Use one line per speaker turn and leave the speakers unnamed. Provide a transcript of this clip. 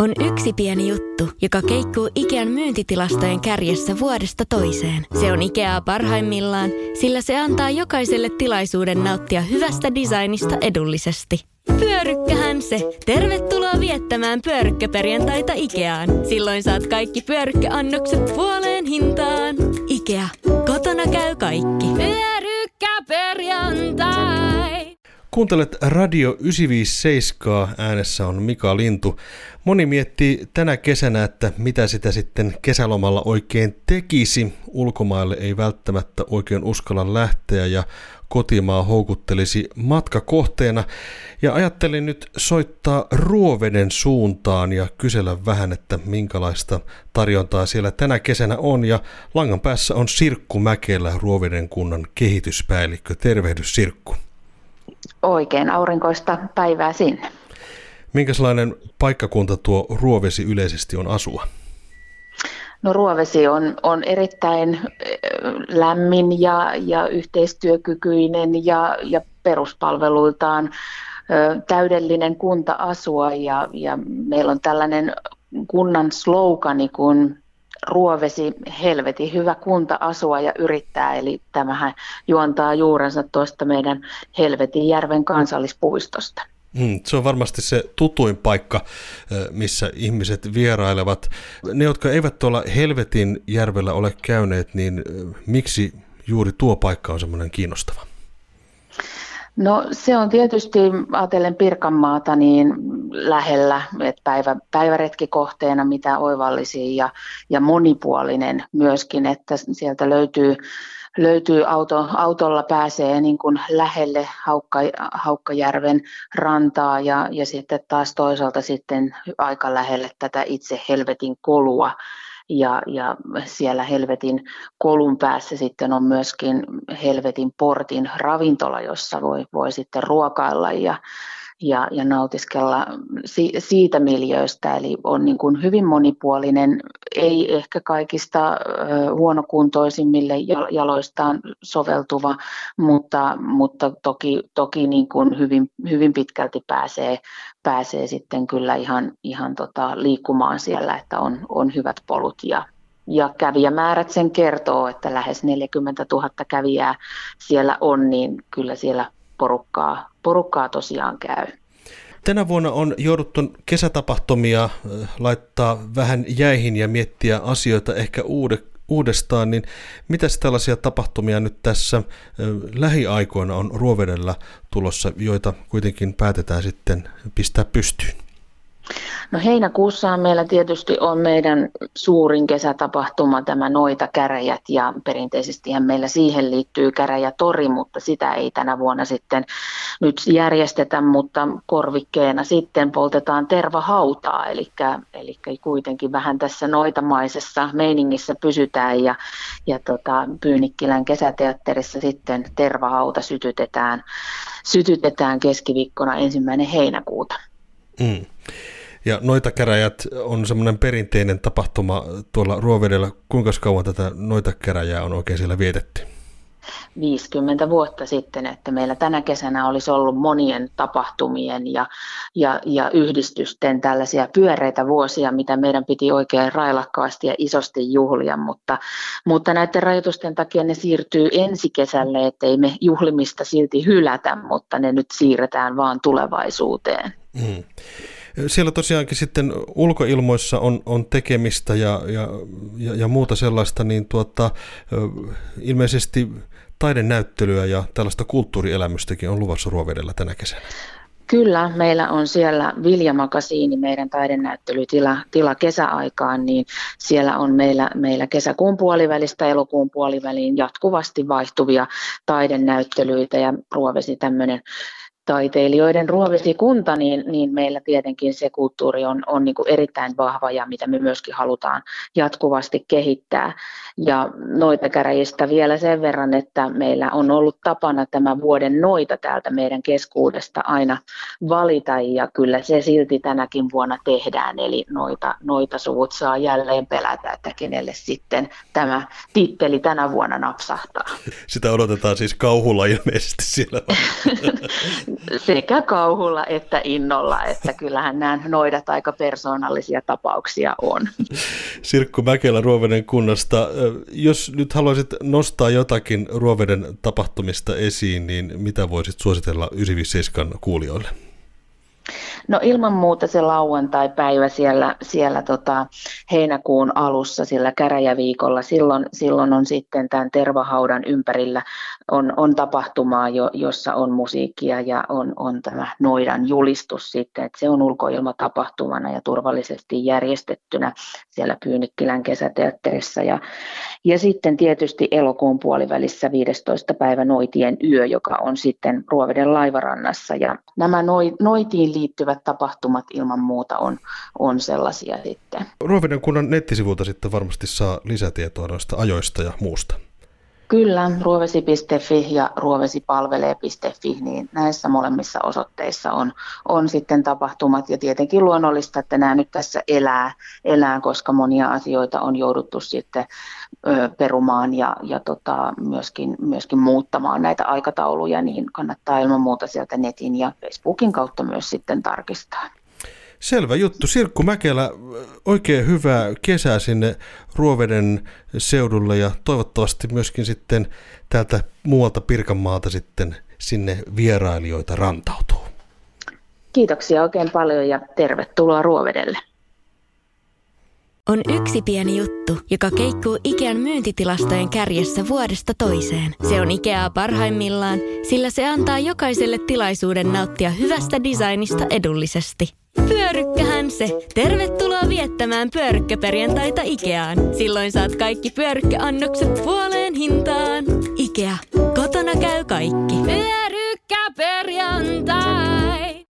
on yksi pieni juttu, joka keikkuu Ikean myyntitilastojen kärjessä vuodesta toiseen. Se on Ikeaa parhaimmillaan, sillä se antaa jokaiselle tilaisuuden nauttia hyvästä designista edullisesti. Pyörykkähän se! Tervetuloa viettämään pyörykkäperjantaita Ikeaan. Silloin saat kaikki pyörykkäannokset puoleen hintaan. Ikea. Kotona käy kaikki. Pyörykkäperjantai!
Kuuntelet Radio 957, äänessä on Mika Lintu. Moni miettii tänä kesänä, että mitä sitä sitten kesälomalla oikein tekisi. Ulkomaille ei välttämättä oikein uskalla lähteä ja kotimaa houkuttelisi matkakohteena. Ja ajattelin nyt soittaa Ruoveden suuntaan ja kysellä vähän, että minkälaista tarjontaa siellä tänä kesänä on. Ja langan päässä on Sirkku Mäkelä, Ruoveden kunnan kehityspäällikkö. Tervehdys Sirkku.
Oikein aurinkoista päivää sinne.
Minkälainen paikkakunta tuo Ruovesi yleisesti on asua?
No Ruovesi on erittäin lämmin ja yhteistyökykyinen ja peruspalveluiltaan täydellinen kunta asua ja meillä on tällainen kunnan slogani kuin Ruovesi, helvetin hyvä kunta asua ja yrittää, eli tämähän juontaa juurensa tuosta meidän Helvetinjärven kansallispuistosta.
Se on varmasti se tutuin paikka, missä ihmiset vierailevat. Ne, jotka eivät tuolla Helvetinjärvellä ole käyneet, niin miksi juuri tuo paikka on semmoinen kiinnostava?
No se on tietysti, ajatellen Pirkanmaata, niin lähellä, että päiväretkikohteena mitä oivallisin ja monipuolinen myöskin, että sieltä löytyy autolla pääsee niin kuin lähelle Haukkajärven rantaa ja sitten taas toisaalta sitten aika lähelle tätä itse Helvetin kolua. Ja siellä Helvetin kolun päässä sitten on myöskin Helvetin portin ravintola, jossa voi sitten ruokailla ja nautiskella siitä miljööstä. Eli on niin kuin hyvin monipuolinen, ei ehkä kaikista huonokuntoisimmille jaloistaan soveltuva, mutta toki niin kuin hyvin pitkälti pääsee sitten kyllä ihan liikkumaan siellä, että on hyvät polut ja kävijämäärät sen kertoo, että lähes 40 000 kävijää siellä on, niin kyllä siellä porukkaa tosiaan käy.
Tänä vuonna on jouduttu kesätapahtumia laittaa vähän jäihin ja miettiä asioita ehkä uudestaan, niin mitäs tällaisia tapahtumia nyt tässä lähiaikoina on Ruovedellä tulossa, joita kuitenkin päätetään sitten pistää pystyyn?
No heinäkuussa meillä tietysti on meidän suurin kesätapahtuma tämä Noita-käräjät ja perinteisestihän meillä siihen liittyy käräjätori, mutta sitä ei tänä vuonna sitten nyt järjestetä, mutta korvikkeena sitten poltetaan tervahautaa, eli kuitenkin vähän tässä noitamaisessa meiningissä pysytään ja Pyynikkilän kesäteatterissa sitten tervahauta sytytetään keskiviikkona 1. heinäkuuta.
Ja Noita-käräjät on semmoinen perinteinen tapahtuma tuolla Ruovedellä. Kuinka kauan tätä Noita-käräjää on oikein siellä vietetty?
50 vuotta sitten, että meillä tänä kesänä olisi ollut monien tapahtumien ja yhdistysten tällaisia pyöreitä vuosia, mitä meidän piti oikein railakkaasti ja isosti juhlia, mutta näiden rajoitusten takia ne siirtyy ensi kesälle, ettei me juhlimista silti hylätä, mutta ne nyt siirretään vaan tulevaisuuteen.
Siellä tosiaankin sitten ulkoilmoissa on tekemistä ja muuta sellaista, niin ilmeisesti taidenäyttelyä ja tällaista kulttuurielämystäkin on luvassa Ruovedellä tänä kesänä.
Kyllä, meillä on siellä Vilja-makasiini, meidän taidenäyttelytila kesäaikaan, niin siellä on meillä kesäkuun puolivälistä elokuun puoliväliin jatkuvasti vaihtuvia taidenäyttelyitä ja Ruovesi tämmöinen taiteilijoiden Ruovesi-kunta, niin meillä tietenkin se kulttuuri on niin kuin erittäin vahva ja mitä me myöskin halutaan jatkuvasti kehittää. Ja Noita-käräjistä vielä sen verran, että meillä on ollut tapana tämä vuoden noita täältä meidän keskuudesta aina valita ja kyllä se silti tänäkin vuonna tehdään. Eli noitasuvut saa jälleen pelätä, että kenelle sitten tämä titteli tänä vuonna napsahtaa.
Sitä odotetaan siis kauhulla ilmeisesti siellä.
Sekä kauhulla että innolla, että kyllähän nämä noidat aika persoonallisia tapauksia on.
Sirkku Mäkelä Ruoveden kunnasta. Jos nyt haluaisit nostaa jotakin Ruoveden tapahtumista esiin, niin mitä voisit suositella 957 kuulijoille?
No ilman muuta se lauantai-päivä siellä heinäkuun alussa, sillä käräjäviikolla, silloin on sitten tämän tervahaudan ympärillä on tapahtumaa, jossa on musiikkia ja on tämä noidan julistus sitten, että se on ulkoilmatapahtumana ja turvallisesti järjestettynä siellä Pyynikkilän kesäteatterissa. Ja sitten tietysti elokuun puolivälissä 15. päivä Noitien yö, joka on sitten Ruoveden laivarannassa. Ja nämä noitiin liittyvät tapahtumat ilman muuta on sellaisia sitten.
Ruoveden kunnan nettisivulta sitten varmasti saa lisätietoa noista ajoista ja muusta.
Kyllä, ruovesi.fi ja ruovesipalvelee.fi, niin näissä molemmissa osoitteissa on sitten tapahtumat ja tietenkin luonnollista, että nämä nyt tässä elää, koska monia asioita on jouduttu sitten perumaan ja myöskin muuttamaan näitä aikatauluja, niin kannattaa ilman muuta sieltä netin ja Facebookin kautta myös sitten tarkistaa.
Selvä juttu. Sirkku Mäkelä, oikein hyvää kesää sinne Ruoveden seudulle ja toivottavasti myöskin sitten täältä muualta Pirkanmaalta sitten sinne vierailijoita rantautuu.
Kiitoksia oikein paljon ja tervetuloa Ruovedelle.
On yksi pieni juttu, joka keikkuu Ikean myyntitilastojen kärjessä vuodesta toiseen. Se on Ikeaa parhaimmillaan, sillä se antaa jokaiselle tilaisuuden nauttia hyvästä designista edullisesti. Pyörykkähän se! Tervetuloa viettämään pyörykkäperjantaita Ikeaan. Silloin saat kaikki pyörykkäannokset puoleen hintaan. Ikea. Kotona käy kaikki. Pyörykkäperjantai!